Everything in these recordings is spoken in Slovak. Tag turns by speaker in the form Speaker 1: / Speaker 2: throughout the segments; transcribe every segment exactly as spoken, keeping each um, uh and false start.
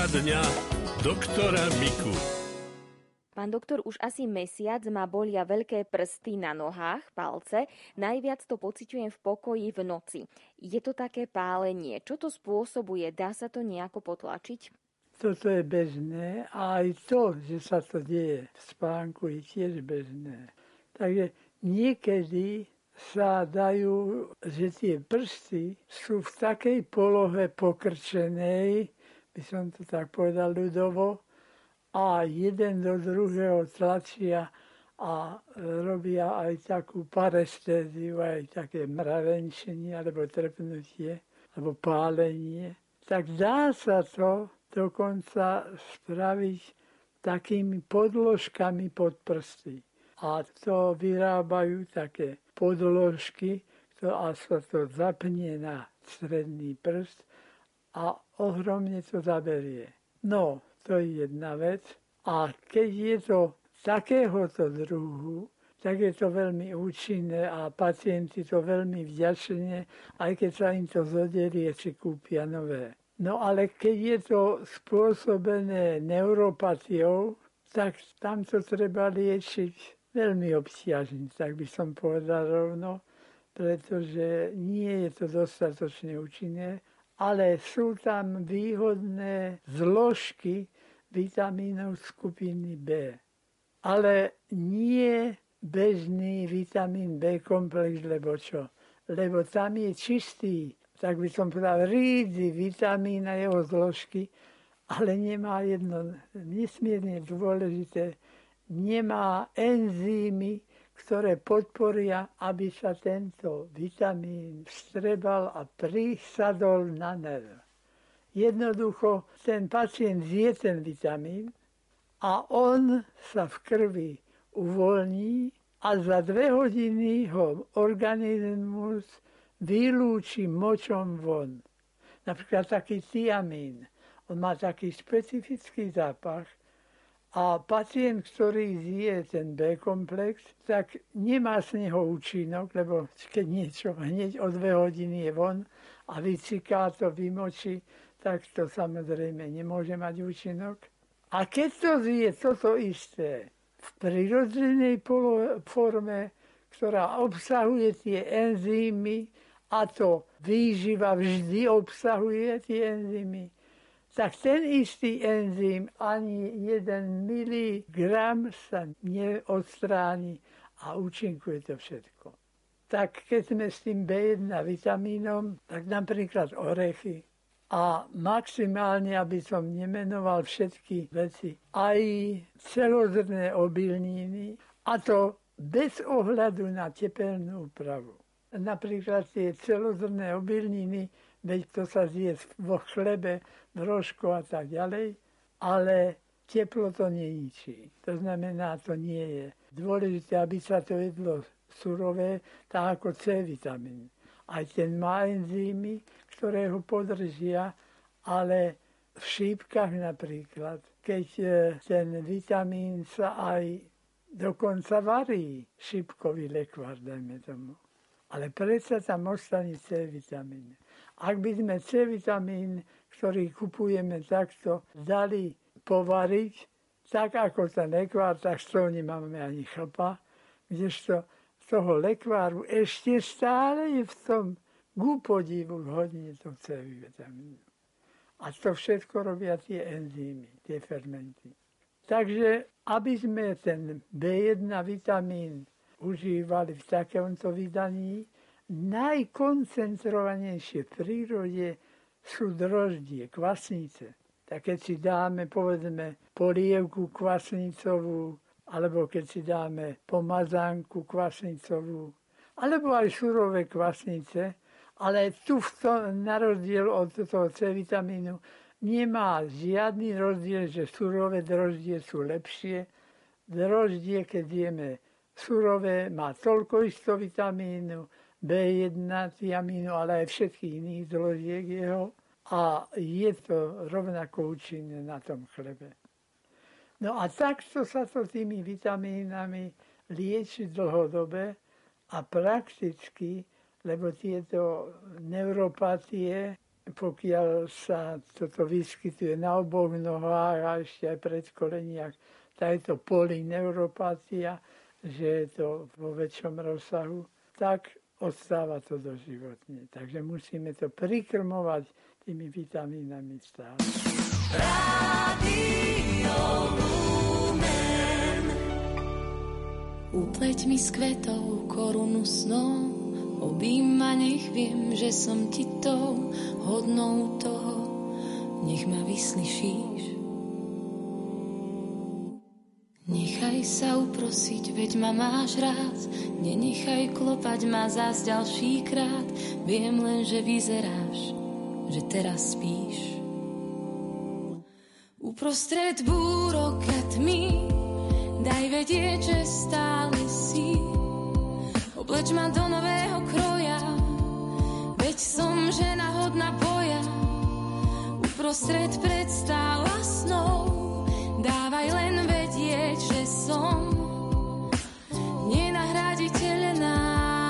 Speaker 1: dňa doktora Miku.
Speaker 2: Pán doktor, už asi mesiac ma bolia veľké prsty na nohách, palce. Najviac to pociťujem v pokoji v noci. Je to také pálenie. Čo to spôsobuje? Dá sa to nejako potlačiť?
Speaker 3: Toto je bežné a aj to, že sa to deje v spánku, je tiež bežné. Takže niekedy sa dajú, že tie prsty sú v takej polohe pokrčenej, by som to tak povedal ľudovo, a jeden do druhého tlačia a robia aj takú parestéziu, aj také mravenčenie, alebo trpnutie, alebo pálenie. Tak dá sa to dokonca spraviť takými podložkami pod prsty. A to vyrábajú také podložky, a sa to zapne na stredný prst a ohromne to zaberie. No, to je jedna vec. A keď je to takéhoto druhu, tak je to veľmi účinné a pacienti to veľmi vďačne, aj keď sa im to zoderie, či kúpia nové. No ale keď je to spôsobené neuropatiou, tak tam to treba liečiť veľmi obťažne, tak by som povedal rovno, pretože nie je to dostatočne účinné, ale sú tam výhodné zložky vitamínov skupiny B. Ale nie bežný vitamín B komplex, lebo čo? Lebo tam je čistý, tak by som povedal, rídzy vitamín a jeho zložky, ale nemá jedno nesmierne dôležité, nemá enzymy, ktoré podporia, aby sa tento vitamín vstrebal a prisadol na nerv. Jednoducho ten pacient zje ten vitamín a on sa v krvi uvoľní a za dve hodiny ho organizmus vylúči močom von. Napríklad taký tiamín. On má taký špecifický zápach a pacient, ktorý zje ten B-komplex, tak nemá z neho účinok, lebo keď niečo hneď o dve hodiny je von a vyciká to, vymočí, tak to samozrejme nemôže mať účinok. A keď to zje toto isté v prirodzenej forme, ktorá obsahuje tie enzymy, a to výživa vždy obsahuje tie enzymy, tak ten istý enzym ani jeden miligram sa neodstráni a účinkuje to všetko. Tak keď sme s tým bé jeden vitamínom, tak napríklad orechy, a maximálne, aby som nemenoval všetky veci, aj celozrné obilniny, a to bez ohľadu na tepelnú úpravu. Napríklad tie celozrné obilniny, veď to sa zje vo chlebe, v rožku a tak ďalej, ale teplo to neničí. To znamená, to nie je dôležité, aby sa to jedlo surové, tak ako C vitamín. Aj ten má enzymy, ktoré ho podržia, ale v šípkach napríklad, keď ten vitamín sa aj dokonca varí, šípkový lekvár, dajme tomu. Ale predsa tam ostane C vitamín. Ak by sme C vitamín, ktorý kupujeme takto, dali povariť, tak ako ten lekvár, tak z toho nemáme ani chlpa, kdežto toho lekváru ešte stále je v tom ku podivu hodne to C vitamínu. A to všetko robia tie enzymy, tie fermenty. Takže, aby sme ten bé jeden vitamín užívali v takomto vydaní, najkoncentrovanejšie v prírode sú droždie, kvasnice. Tak keď si dáme, povedzme, polievku kvasnicovú, alebo keď si dáme pomazánku kvasnicovú, alebo aj surové kvasnice, ale tu v tom, na rozdiel od toho C vitamínu, nemá žiadny rozdiel, že surové droždie sú lepšie. Droždie, keď jeme surové, má toľko isto vitamínu, bé jeden, tiamínu, ale aj všetkých iných zložiek jeho. A je to rovnako účinné na tom chlebe. No a takto sa to tými vitamínami lieči dlhodobé a prakticky, lebo tieto neuropatie pokiaľ sa toto vyskytuje na oboch nohách a ešte aj pred koleniach, tak je to polyneuropatia, že je to vo väčšom rozsahu, tak odstáva to doživotne. Takže musíme to prikrmovať tými vitamínami stále.
Speaker 4: Rádio Lumen. Upleť mi s kvetou korunu snov, objíma, nech viem, že som ti tou hodnou toho, nech ma vyslyšíš. Nechaj sa uprosiť, veď ma máš rád, nenechaj klopať ma zás ďalší krát, viem len, že vyzeráš, že teraz spíš. Uprostred búrok a tmy, daj vedieť, že stále si, obleč ma do nového kroja, veď som žena hodná boja. Uprostred predstáv a snov, dávaj len vedieť, že som nenahraditeľná.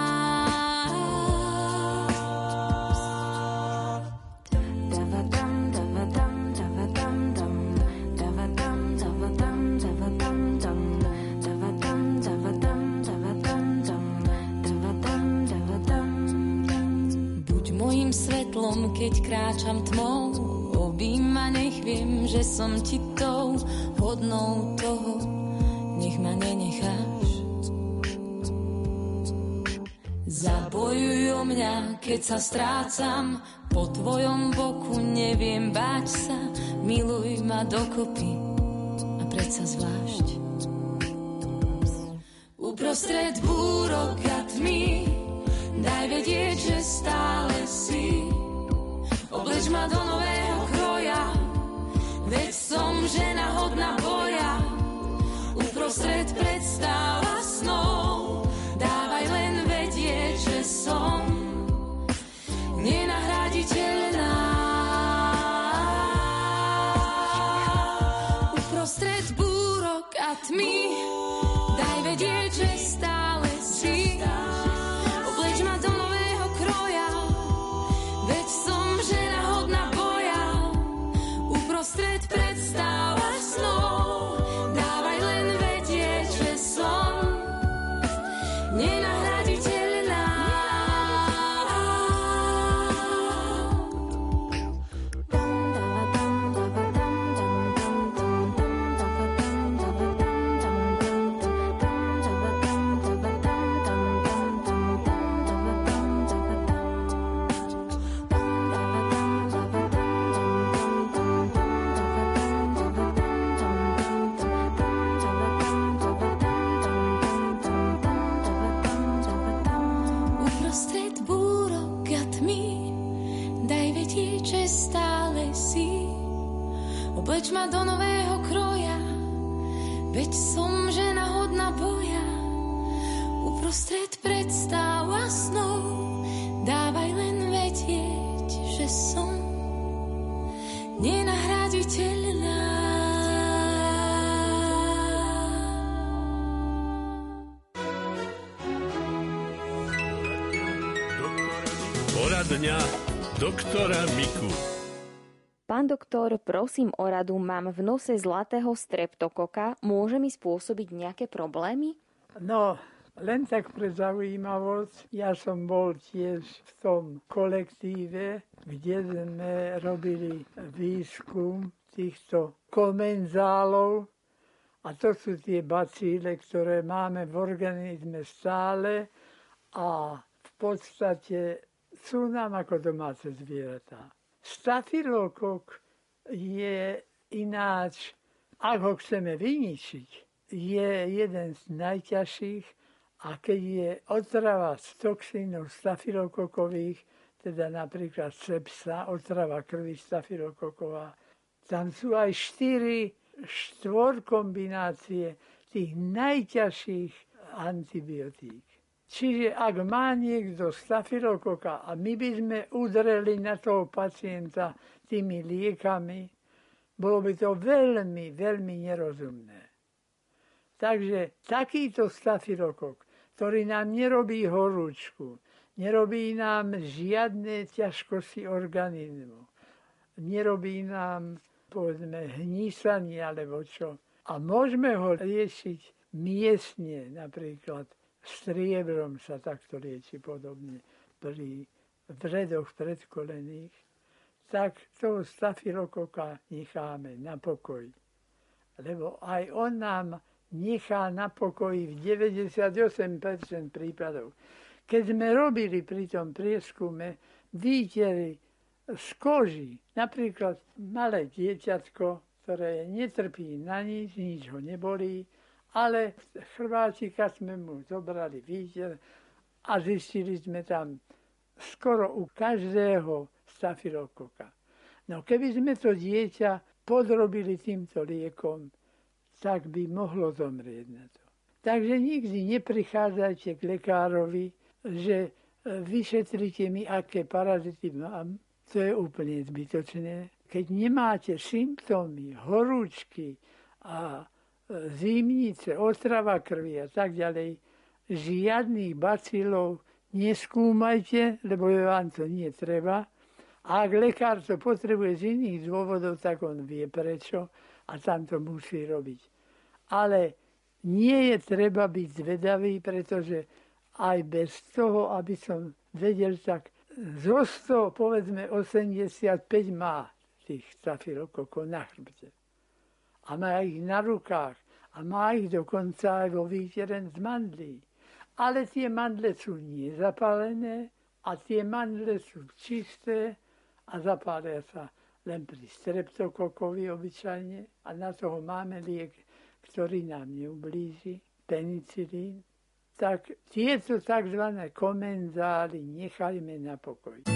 Speaker 4: Buď mojím svetlom, keď kráčam tmou, objíma, nech viem, že som ti tou hodnou toho, nech ma nenecháš. Zabojuj o mňa, keď sa strácam, po tvojom boku neviem báť sa, miluj ma dokopy a predsa zvlášť. Uprostred búrok a tmy, daj vedieť, že stále si, obleč ma do nového kroja, veď som žena hodná boja. Uprostred predstáv a snov, dávaj len vedieť, že som nenahraditeľná. Uprostred búrok a tmy, daj vedieť, že stále si, obleč ma do nového kroja, veď som žena hodná boja. Uprostred predstáv a snov, dávaj len vedieť, že som nenahraditeľná. Uprostred búrok a tmy, daj vedieť, že stále si, obleč ma do nového kroja, veď som žena hodná boja. Uprostred predstáv a snov, dávaj len vedieť, že som nenahraditeľná.
Speaker 1: Poradňa doktora Miku.
Speaker 2: Pán doktor, prosím o radu, mám v nose zlatého streptokoka, môže mi spôsobiť nejaké problémy?
Speaker 3: No, len tak pre zaujímavosť, ja som bol tiež v tom kolektíve, kde sme robili výskum týchto komenzálov, a to sú tie bacíle, ktoré máme v organizme stále a v podstate sú nám ako domáce zvieratá. Stafilokok je ináč, ak ho chceme vyničiť, je jeden z najťažších, a keď je otrava z toxínov stafilokokových, teda napríklad sepsa, otrava krvi stafilokoková, tam sú aj štyri štvor kombinácie tých najťažších antibiotík. Čiže ak má niekto stafilokoka a my by sme udreli na toho pacienta tými liekami, bolo by to veľmi, veľmi nerozumné. Takže takýto stafilokok, ktorý nám nerobí horúčku, nerobí nám žiadne ťažkosti organizmu. Nerobí nám, povedzme, hnísanie alebo čo. A môžeme ho liečiť miestne, napríklad striebrom sa takto lieči podobne pri vredoch predkolených. Tak toho stafylokoka necháme na pokoji. Lebo aj on nám nechá na pokoji v deväťdesiatosem percent prípadov. Keď sme robili pri tom prieskume výtery z koži, napríklad malé dieťatko, ktoré netrpí na nič, nič ho nebolí, ale chrbátika sme mu zobrali výter a zistili sme tam skoro u každého stafylokoka. No keby sme to dieťa podrobili týmto liekom, tak by mohlo zomrieť na to. Takže nikdy neprichádzajte k lekárovi, že vyšetrite mi, aké parazity mám. To je úplne zbytočné. Keď nemáte symptómy, horúčky a zimnice, otrava krvi a tak ďalej, žiadnych bacilov neskúmajte, lebo vám to nie treba. A ak lekár to potrebuje z iných dôvodov, tak on vie prečo a tam to musí robiť. Ale nie je treba byť zvedavý, pretože aj bez toho, aby som vedel, tak zo sto, povedzme osemdesiatpäť má tých stafylokokov na chrbte. A má ich na rukách. A má ich dokonca aj vo výtere z mandlí. Ale tie mandle sú nezapálené a tie mandle sú čisté a zapália sa len pri streptokokovi obyčajne. A na toho máme liek, ktorý nám neublíži, penicilín. Tak tieto tzv. Komenzály nechajme na pokoji.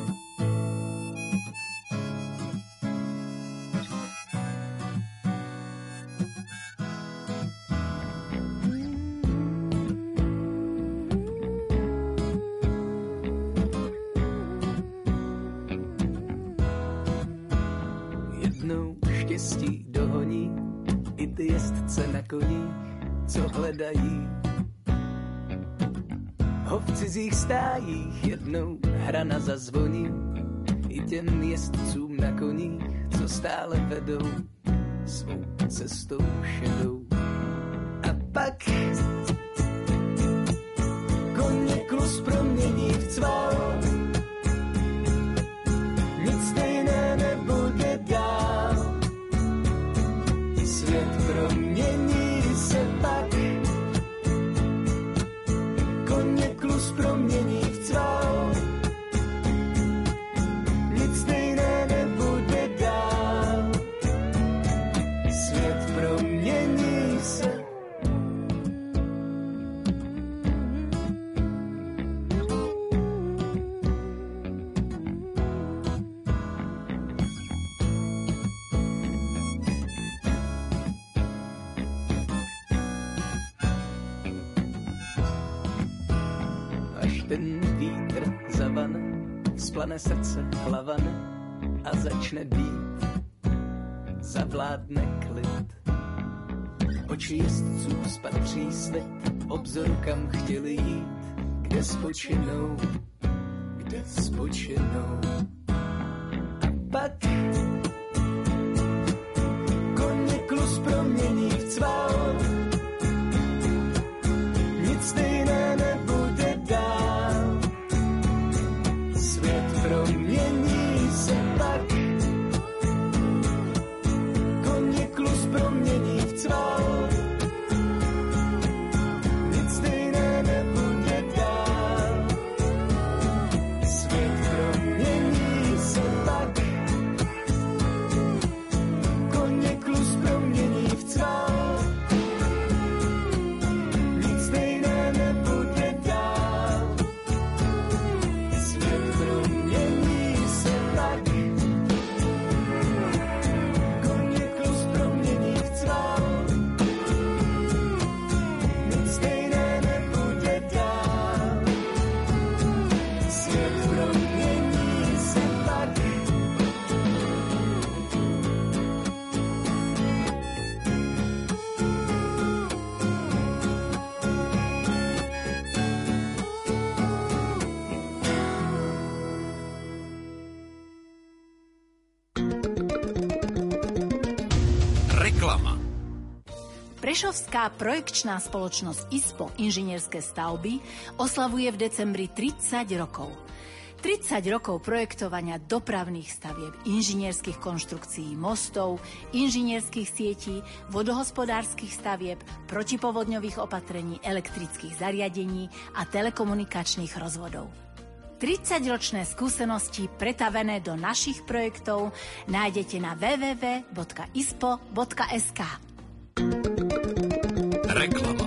Speaker 5: Na koních, co hledají. Ho v cizích stájích jednou hrana zazvoní. I těm jezdcům na koních, co stále vedou svou cestou šedou. A pak koně klus promění v cval. Nic stejné nebude dál. Svět promění se pak, koně klus promění v cval. Nic stejné nebude dál. Svět promění se. Ten vítr zavane, splane srdce hlavane a začne být, zavládne klid. Oči jezdců spatří svět, obzoru kam chtěli jít, kde spočinou, kde spočinou. A pak koně klus promění v cval, nic stejné nebude dál. Svět promění se pak, koně klus promění v cval. Nic stejné nebude dál. Svět promění
Speaker 1: Reklama.
Speaker 6: Prešovská projekčná spoločnosť í es pé ó Inžinierské stavby oslavuje v decembri tridsať rokov. tridsať rokov projektovania dopravných stavieb, inžinierských konštrukcií mostov, inžinierských sietí, vodohospodárskych stavieb, protipovodňových opatrení, elektrických zariadení a telekomunikačných rozvodov. tridsaťročné skúsenosti pretavené do našich projektov nájdete na w w w bodka ispo bodka es ká.
Speaker 1: Reklama.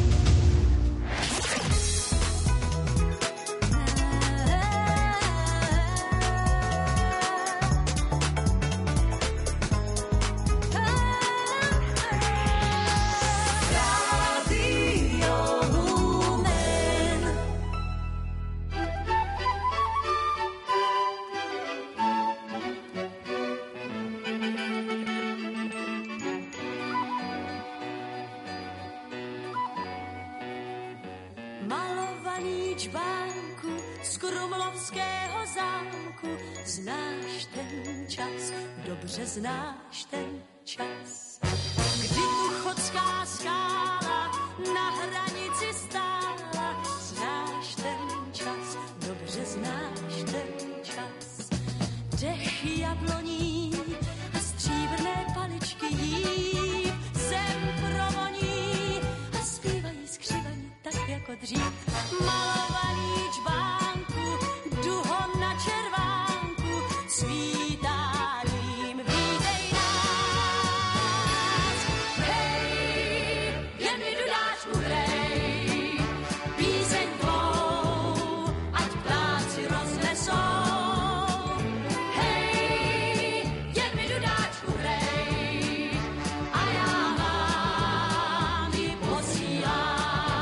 Speaker 4: čbánku z Krumlovského zámku. Znáš ten čas, dobře znáš ten čas, kdy tu chodská skála na hranici stála. Znáš ten čas, dobře znáš ten čas, dech jabloní a stříbrné paličky jí zem provoní a zpívají skřivaní tak jako dřív. Malovaný čbánku, duho na červánku, svítáním vítej nás. Hej, jen mi dudáčku hrej, píseň tvou, ať ptáci roznesou. Hej, jen mi dudáčku hrej, a já vám ji posílám.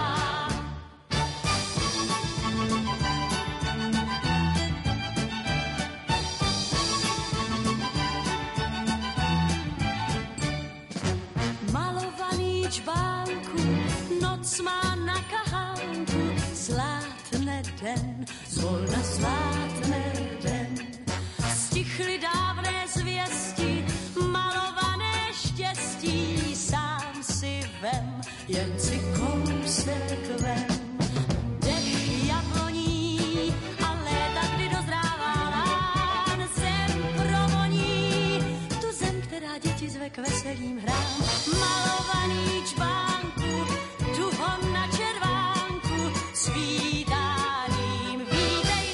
Speaker 4: Malovaný čbánku, noc má na kahánku, zlátne den, zvolna zlátne den. Stichly dávné zvěsti, malované štěstí, sám si vem, jen si kousek vem. Dech jabloní a léta, kdy dozrává lán, zem provoní, tu zem, která děti zve k veselým hrám. Malovaný čbánku, duho na červánku, svítáním vítej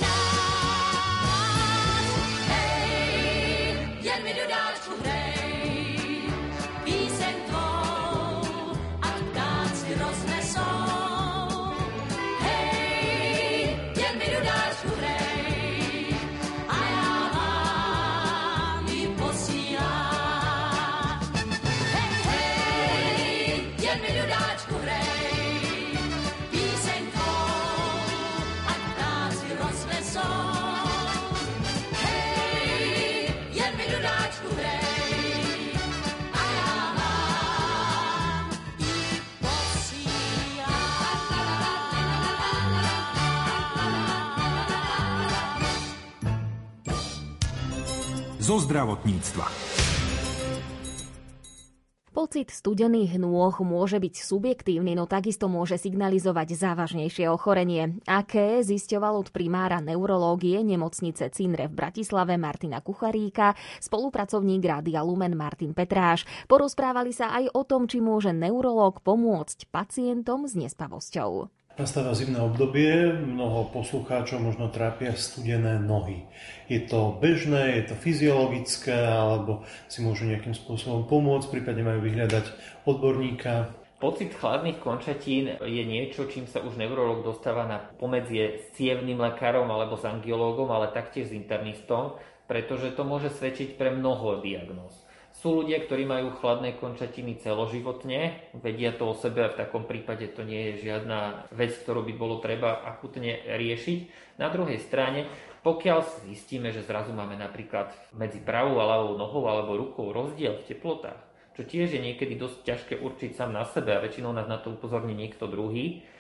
Speaker 4: nás. Hej, jen mi dudáčku hrej, píseň tvou, ať ptáci roznesou. Hej, jen mi dudáčku hrej, a já vám ji posílám. Hej, hej, jen mi dudáčku hrej, píseň tvou, ať ptáci roznesou. Hej, jen mi dudáčku hrej, a já vám ji posílám.
Speaker 7: Zo zdravotníctva.
Speaker 2: Pocit studených nôh môže byť subjektívny, no takisto môže signalizovať závažnejšie ochorenie. Aké, zisťoval od primára neurológie nemocnice Cinre v Bratislave Martina Kucharíka spolupracovník Rádia Lumen Martin Petráš. Porozprávali sa aj o tom, či môže neurológ pomôcť pacientom s nespavosťou.
Speaker 8: Nastáva zimné obdobie, mnoho poslucháčov možno trápia studené nohy. Je to bežné, je to fyziologické, alebo si môžu nejakým spôsobom pomôcť, prípadne majú vyhľadať odborníka.
Speaker 9: Pocit chladných končatín je niečo, čím sa už neurológ dostáva na pomedzie s cievnym lekárom alebo s angiológom, ale taktiež s internistom, pretože to môže svedčiť pre mnoho diagnóz. Sú ľudia, ktorí majú chladné končatiny celoživotne, vedia to o sebe a v takom prípade to nie je žiadna vec, ktorú by bolo treba akútne riešiť. Na druhej strane, pokiaľ zistíme, že zrazu máme napríklad medzi pravou a ľavou nohou alebo rukou rozdiel v teplotách, čo tiež je niekedy dosť ťažké určiť sám na sebe a väčšinou nás na to upozorní niekto druhý,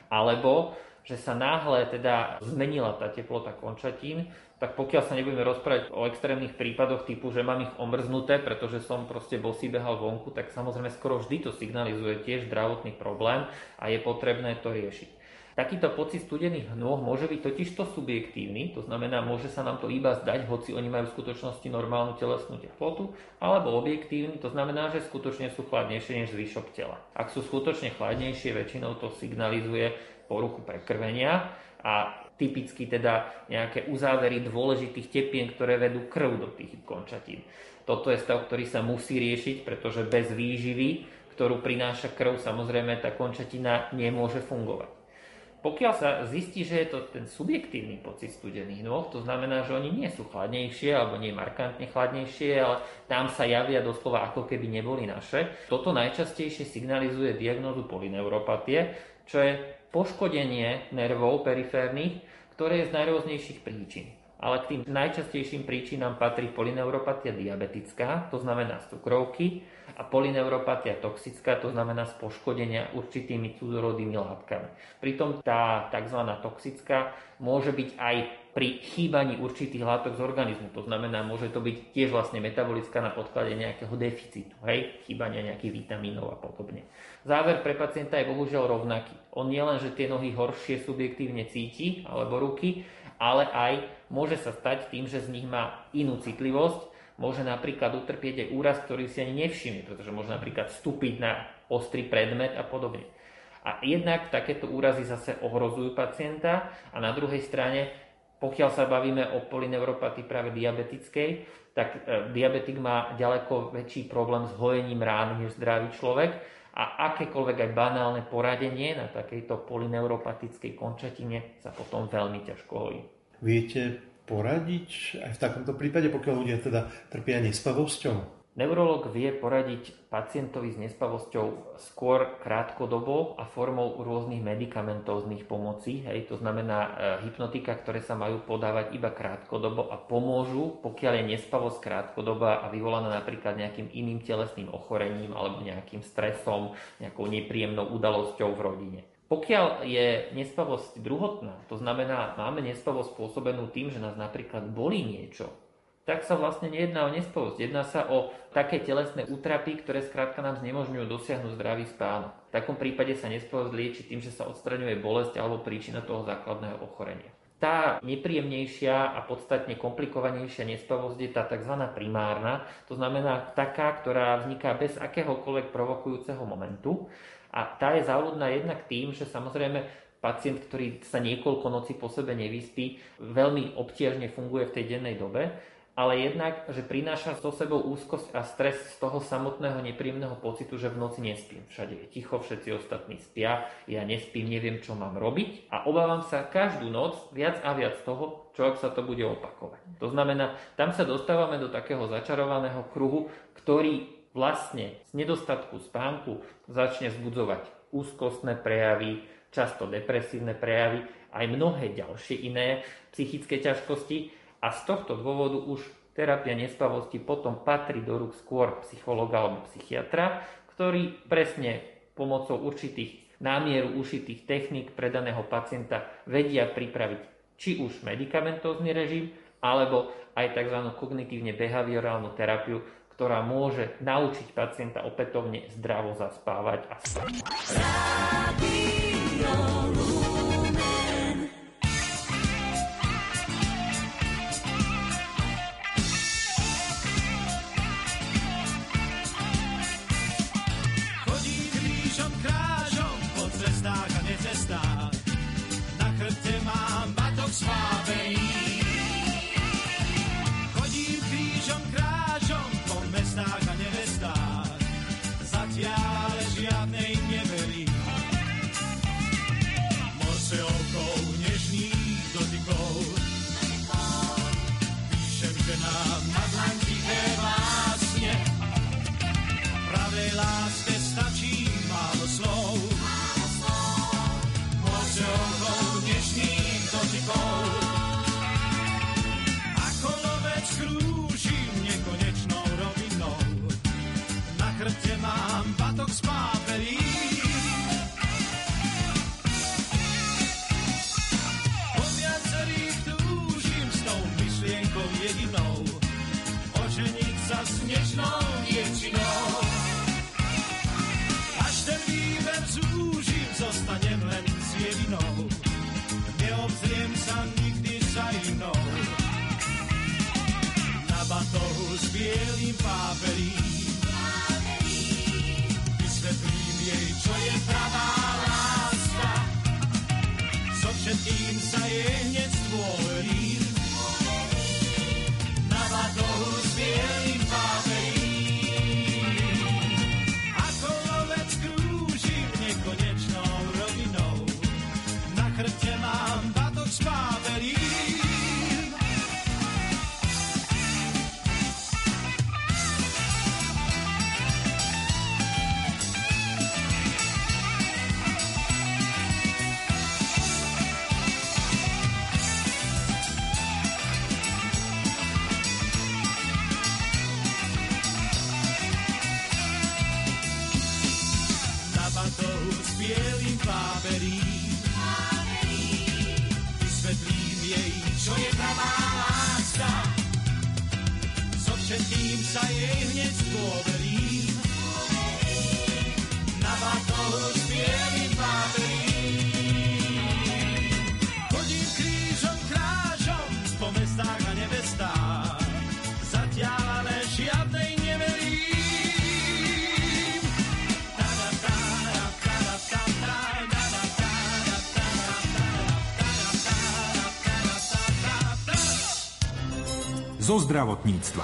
Speaker 9: alebo že sa náhle teda zmenila tá teplota končatín, tak pokiaľ sa nebudeme rozprávať o extrémnych prípadoch typu, že mám ich omrznuté, pretože som proste bosý behal vonku, tak samozrejme skoro vždy to signalizuje tiež zdravotný problém a je potrebné to riešiť. Takýto pocit studených nôh môže byť totižto subjektívny, to znamená, môže sa nám to iba zdať, hoci oni majú v skutočnosti normálnu telesnú teplotu, alebo objektívny, to znamená, že skutočne sú chladnejšie než zvyšok tela. Ak sú skutočne chladnejšie, väčšinou to signalizuje poruchu prekrvenia a typicky teda nejaké uzávery dôležitých tepien, ktoré vedú krv do tých končatín. Toto je stav, ktorý sa musí riešiť, pretože bez výživy, ktorú prináša krv, samozrejme tá končatina nemôže fungovať. Pokiaľ sa zistí, že je to ten subjektívny pocit studených nôh, to znamená, že oni nie sú chladnejšie alebo nie markantne chladnejšie, ale tam sa javia doslova ako keby neboli naše. Toto najčastejšie signalizuje diagnózu polyneuropatie, čo je poškodenie nervov periférnych, ktoré je z najrôznejších príčin. Ale k tým najčastejším príčinám patrí polyneuropatia diabetická, to znamená z cukrovky, a polyneuropatia toxická, to znamená z poškodenia určitými cudzorodými látkami. Pritom tá tzv. Toxická môže byť aj pri chýbaní určitých látok z organizmu, to znamená, môže to byť tiež vlastne metabolická na podklade nejakého deficitu, hej, chýbania nejakých vitamínov a podobne. Záver pre pacienta je bohužiaľ rovnaký. On nie len, že tie nohy horšie subjektívne cíti, alebo ruky, ale aj môže sa stať tým, že z nich má inú citlivosť, môže napríklad utrpieť aj úraz, ktorý si ani nevšimne, pretože môže napríklad vstúpiť na ostrý predmet a podobne. A jednak takéto úrazy zase ohrozujú pacienta a na druhej strane, pokiaľ sa bavíme o polyneuropatii práve diabetickej, tak e, diabetik má ďaleko väčší problém s hojením rán než zdravý človek a akékoľvek aj banálne poradenie na takejto polyneuropatickej končatine sa potom veľmi ťažko hojí.
Speaker 8: Viete poradiť aj v takomto prípade, pokiaľ ľudia teda trpia nespavosťou?
Speaker 9: Neurológ vie poradiť pacientovi s nespavosťou skôr krátkodobo a formou rôznych medikamentóznych pomocí. Hej, to znamená e, hypnotika, ktoré sa majú podávať iba krátkodobo a pomôžu, pokiaľ je nespavosť krátkodobá a vyvolaná napríklad nejakým iným telesným ochorením alebo nejakým stresom, nejakou nepríjemnou udalosťou v rodine. Pokiaľ je nespavosť druhotná, to znamená, máme nespavosť spôsobenú tým, že nás napríklad bolí niečo, tak sa vlastne nejedná o nespavosť. Jedná sa o také telesné útrapy, ktoré skrátka nám znemožňujú dosiahnuť zdravý spánok. V takom prípade sa nespavosť lieči tým, že sa odstraňuje bolesť alebo príčina toho základného ochorenia. Tá nepríjemnejšia a podstatne komplikovanejšia nespavosť je tá tzv. Primárna, to znamená taká, ktorá vzniká bez akéhokoľvek provokujúceho momentu. A tá je záľudná jednak tým, že samozrejme pacient, ktorý sa niekoľko nocí po sebe nevyspí, veľmi obtiažne funguje v tej dennej dobe, ale jednak, že prináša so sebou úzkosť a stres z toho samotného nepríjemného pocitu, že v noci nespím. Všade je ticho, všetci ostatní spia, ja nespím, neviem, čo mám robiť a obávam sa každú noc viac a viac toho, čo ak sa to bude opakovať. To znamená, tam sa dostávame do takého začarovaného kruhu, ktorý vlastne z nedostatku spánku začne vzbudzovať úzkostné prejavy, často depresívne prejavy, aj mnohé ďalšie iné psychické ťažkosti a z tohto dôvodu už terapia nespavosti potom patrí do rúk skôr psychológa alebo psychiatra, ktorý presne pomocou určitých námieru ušitých techník pre daného pacienta vedia pripraviť či už medikamentózny režim, alebo aj tzv. Kognitívne-behaviorálnu terapiu, ktorá môže naučiť pacienta opätovne zdravo zaspávať a spať.
Speaker 7: Chodím krížom krážom po cestách a necestách, na chrbte mám batok svábený. Chodím krížom krážom po mestách a nevestách, zatiaľ žiadnej neverím. Morseovkou nežných dotykov píšem ženám na dlaň tiché básne. Pravej láske stačí málo slov. Morseovkou nežných dotykov ako lovec krúžim nekonečnou rovinou. Na chrbte mám batok z páperí. sa snežnou diečinou. Až ten výber zúžim, zostanem len s jedinou. Neobzriem sa nikdy za inou. Na batohu s bielým páperím vysvetlím jej, čo je pravá láska. So všetkým sa jej hneď zdôverím. Na batohu s bielým páperím ako lovec krúžim nekonečnou rovinou. Na chrbte mám batok s páperím. Bielým páperím vysvetlím jej, čo je pravá láska. So všetkým sa jej hneď zdôverím. Na batohu s bielým páperím chodím krížom krážom po mestách a nevestách. Zatiaľ ale žiadnej neverím.
Speaker 10: Zo zdravotníctva.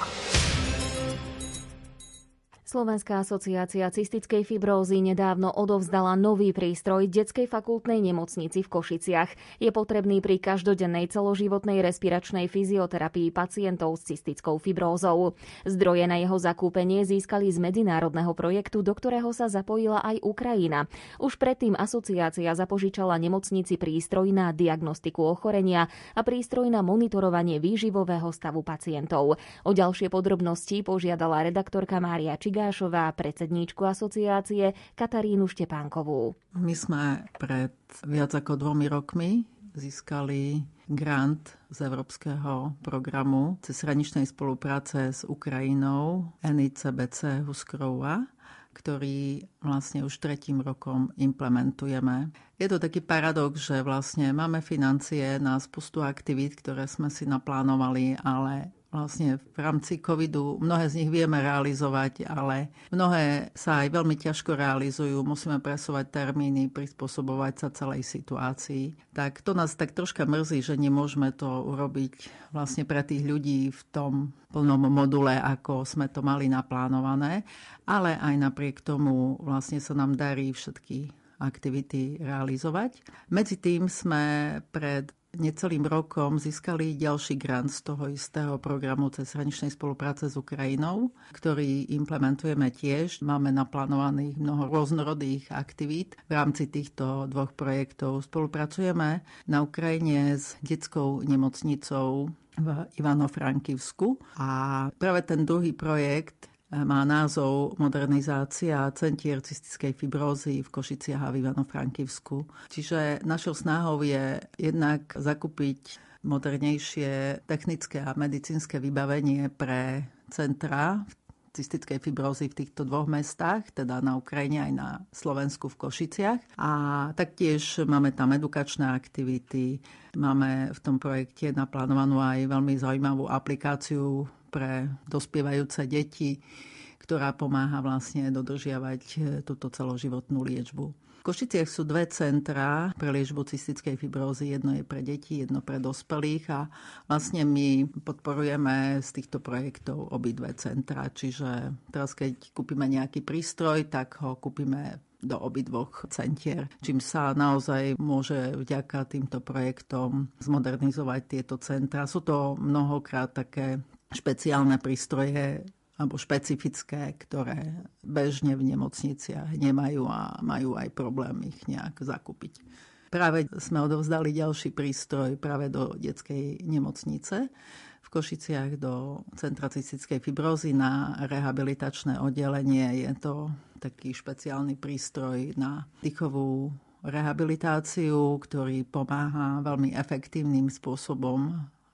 Speaker 2: Slovenská asociácia cystickej fibrózy nedávno odovzdala nový prístroj detskej fakultnej nemocnici v Košiciach. Je potrebný pri každodennej celoživotnej respiračnej fyzioterapii pacientov s cystickou fibrózou. Zdroje na jeho zakúpenie získali z medzinárodného projektu, do ktorého sa zapojila aj Ukrajina. Už predtým asociácia zapožičala nemocnici prístroj na diagnostiku ochorenia a prístroj na monitorovanie výživového stavu pacientov. O ďalšie podrobnosti požiadala redaktorka Mária Čigášová, predsedníčku asociácie Katarínu Štepánkovú.
Speaker 11: My sme pred viac ako dvomi rokmi získali grant z Európskeho programu cezhraničnej spolupráce s Ukrajinou en í cé bé cé Huskrova, ktorý vlastne už tretím rokom implementujeme. Je to taký paradox, že vlastne máme financie na spustu aktivít, ktoré sme si naplánovali, ale vlastne v rámci covidu mnohé z nich vieme realizovať, ale mnohé sa aj veľmi ťažko realizujú. Musíme presúvať termíny, prispôsobovať sa celej situácii. Tak to nás tak troška mrzí, že nemôžeme to urobiť vlastne pre tých ľudí v tom plnom module, ako sme to mali naplánované. Ale aj napriek tomu vlastne sa nám darí všetky aktivity realizovať. Medzi tým sme pred necelým rokom získali ďalší grant z toho istého programu cezhraničnej spolupráce s Ukrajinou, ktorý implementujeme tiež. Máme naplánovaných mnoho rôznorodých aktivít. V rámci týchto dvoch projektov spolupracujeme na Ukrajine s detskou nemocnicou v Ivano-Frankivsku a práve ten druhý projekt má názov Modernizácia centier cystickej fibrózy v Košiciach a v Ivano-Frankivsku. Čiže našou snahou je jednak zakúpiť modernejšie technické a medicínske vybavenie pre centra cystickej fibrózy v týchto dvoch mestách, teda na Ukrajine aj na Slovensku v Košiciach. A taktiež máme tam edukačné aktivity. Máme v tom projekte naplánovanú aj veľmi zaujímavú aplikáciu pre dospievajúce deti, ktorá pomáha vlastne dodržiavať túto celoživotnú liečbu. V Košiciach sú dve centrá pre liečbu cystickej fibrózy. Jedno je pre deti, jedno pre dospelých a vlastne my podporujeme z týchto projektov obidve centrá. Čiže teraz, keď kúpime nejaký prístroj, tak ho kúpime do obidvoch centier, čím sa naozaj môže vďaka týmto projektom zmodernizovať tieto centra. Sú to mnohokrát také špeciálne prístroje alebo špecifické, ktoré bežne v nemocniciach nemajú a majú aj problém ich nejak zakúpiť. Práve sme odovzdali ďalší prístroj práve do detskej nemocnice v Košiciach do Centra cystickej fibrózy na rehabilitačné oddelenie. Je to taký špeciálny prístroj na dýchovú rehabilitáciu, ktorý pomáha veľmi efektívnym spôsobom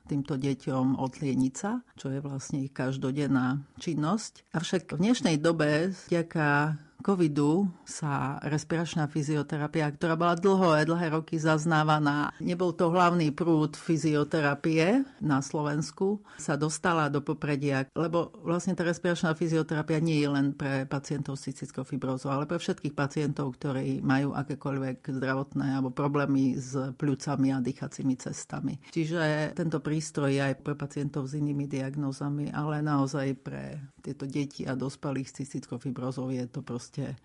Speaker 11: týmto deťom odlieniť sa, čo je vlastne ich každodenná činnosť. Avšak v dnešnej dobe vďaka covidu sa respiračná fyzioterapia, ktorá bola dlho a dlhé roky zaznávaná, nebol to hlavný prúd fyzioterapie na Slovensku, sa dostala do popredia, lebo vlastne tá respiračná fyzioterapia nie je len pre pacientov s cystickou fibrózou, ale pre všetkých pacientov, ktorí majú akékoľvek zdravotné alebo problémy s pľucami a dýchacími cestami. Čiže tento prístroj je aj pre pacientov s inými diagnózami, ale naozaj pre tieto deti a dospelých s cystickou fibrózou je to proste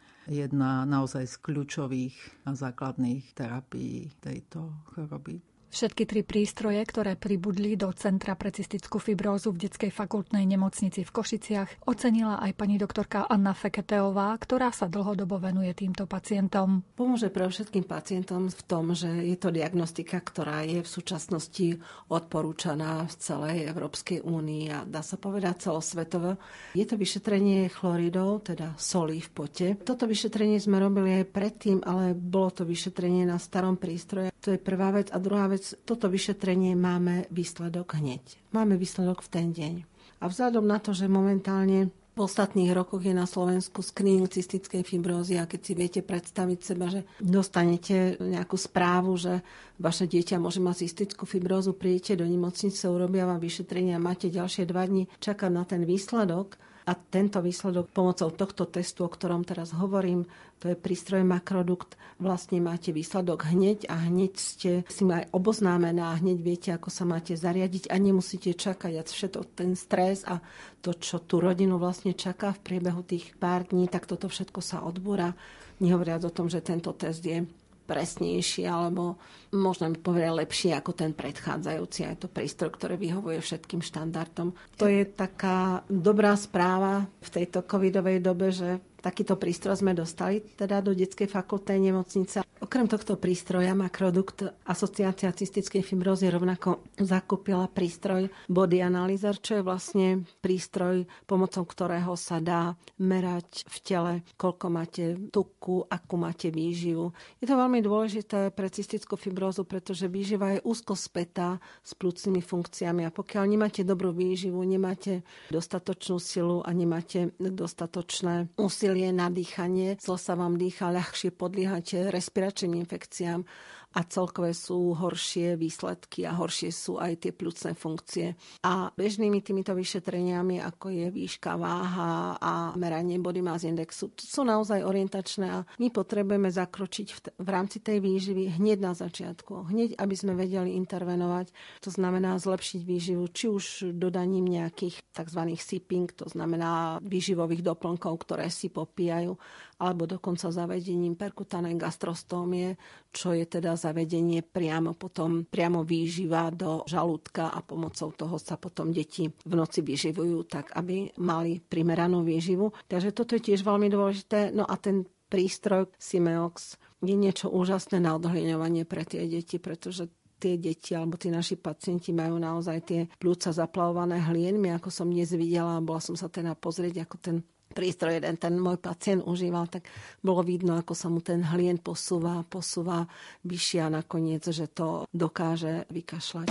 Speaker 11: jedna naozaj z kľúčových a základných terapií tejto choroby.
Speaker 12: Všetky tri prístroje, ktoré pribudli do Centra pre cystickú fibrózu v Detskej fakultnej nemocnici v Košiciach, ocenila aj pani doktorka Anna Feketeová, ktorá sa dlhodobo venuje týmto pacientom.
Speaker 13: Pomôže pre všetkým pacientom v tom, že je to diagnostika, ktorá je v súčasnosti odporúčaná v celej Európskej únii a dá sa povedať celosvetovo. Je to vyšetrenie chloridov, teda solí v pote. Toto vyšetrenie sme robili aj predtým, ale bolo to vyšetrenie na starom prístroje. To je prvá vec. A druhá vec, toto vyšetrenie máme výsledok hneď. Máme výsledok v ten deň. A vzhľadom na to, že momentálne v ostatných rokoch je na Slovensku screening cystickej fibrózy a keď si viete predstaviť seba, že dostanete nejakú správu, že vaše dieťa môže mať cystickú fibrózu, prídete do nemocnice, urobia vám vyšetrenie a máte ďalšie dva dni čakať na ten výsledok. A tento výsledok pomocou tohto testu, o ktorom teraz hovorím, to je prístroj Makrodukt, vlastne máte výsledok hneď a hneď ste si aj oboznámená a hneď viete, ako sa máte zariadiť a nemusíte čakať. A všetko ten stres a to, čo tú rodinu vlastne čaká v priebehu tých pár dní, tak toto všetko sa odbúra. Nehovoriac o tom, že tento test je presnejší, alebo možno by povedať lepšie ako ten predchádzajúci. Je to prístroj, ktorý vyhovuje všetkým štandardom. To je taká dobrá správa v tejto covidovej dobe, že takýto prístroj sme dostali teda do Detskej fakultnej nemocnice. Okrem tohto prístroja Makrodukt Asociácia cystickej fibrózy rovnako zakúpila prístroj Body Analyzer, čo je vlastne prístroj, pomocou ktorého sa dá merať v tele, koľko máte tuku, akú máte výživu. Je to veľmi dôležité pre cystickú fibrózu, pretože výživa je úzko spätá s pľúcnymi funkciami a pokiaľ nemáte dobrú výživu, nemáte dostatočnú silu a nemáte dostatočné úsilie na dýchanie, zlo sa vám dýcha, ľahšie podliehate respiračným infekciám a celkové sú horšie výsledky a horšie sú aj tie pľucné funkcie. A bežnými týmito vyšetreniami, ako je výška, váha a meranie body mass indexu, sú naozaj orientačné a my potrebujeme zakročiť v, t- v rámci tej výživy hneď na začiatku. Hneď, aby sme vedeli intervenovať. To znamená zlepšiť výživu, či už dodaním nejakých tzv. Sipping, to znamená výživových doplnkov, ktoré si popíjajú, alebo dokonca zavedením perkutanej gastrostómie, čo je teda zavedenie priamo potom, priamo výživa do žalúdka a pomocou toho sa potom deti v noci vyživujú tak, aby mali primeranú výživu. Takže toto je tiež veľmi dôležité. No a ten prístroj Simeox je niečo úžasné na odhliňovanie pre tie deti, pretože tie deti alebo tí naši pacienti majú naozaj tie pľúca zaplavované hlienmi, ako som dnes videla, bola som sa teda pozrieť, ako ten prístroj jeden ten môj pacient užíval, tak bolo vidno, ako sa mu ten hlien posúva, posúva vyššie a nakoniec, že to dokáže vykašľať.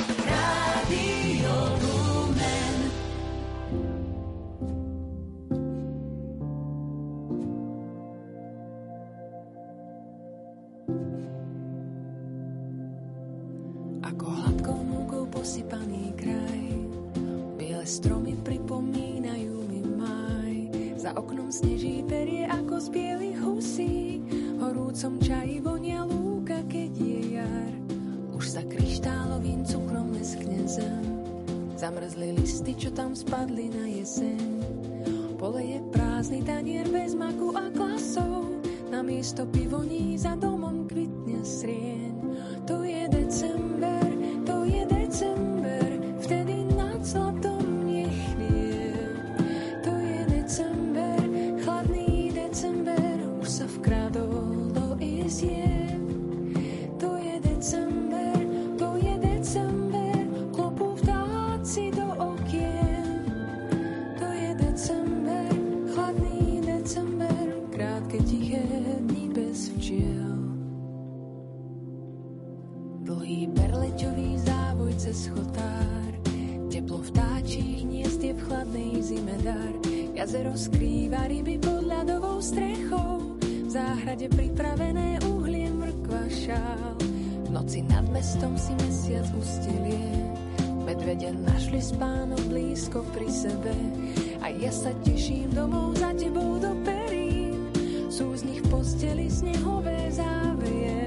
Speaker 13: Rádio Lumen.
Speaker 4: Ako hladkou múkou posypaný kraj, biele stromy pripomínajú mi máj. Za oknom sneží perie ako z bielých husí, horúcom čaji vonia lúka, keď je jar. Už sa kryštálovým cukrom leskne zem, zamrzli listy, čo tam spadli na jeseň. Pole je prázdny tanier bez maku a klasov, namiesto pivoní za domom kvitne srieň. To je december, to je december, vtedy nad zlatom je chlieb. To je december, chladný december, už sa vkradol do izieb. To je december, to je december, klopú vtáci do okien. To je december, chladný december, krátke tiché dni bez včiel. chladnej zime dar. Jazero skrýva ryby pod ľadovou strechou, v záhrade pripravené uhlie mrkva šál. V noci nad mestom si mesiac ustelie, medvede našli spánok blízko pri sebe. A ja sa teším domov za tebou do perín, sú z nich v posteli snehové záveje.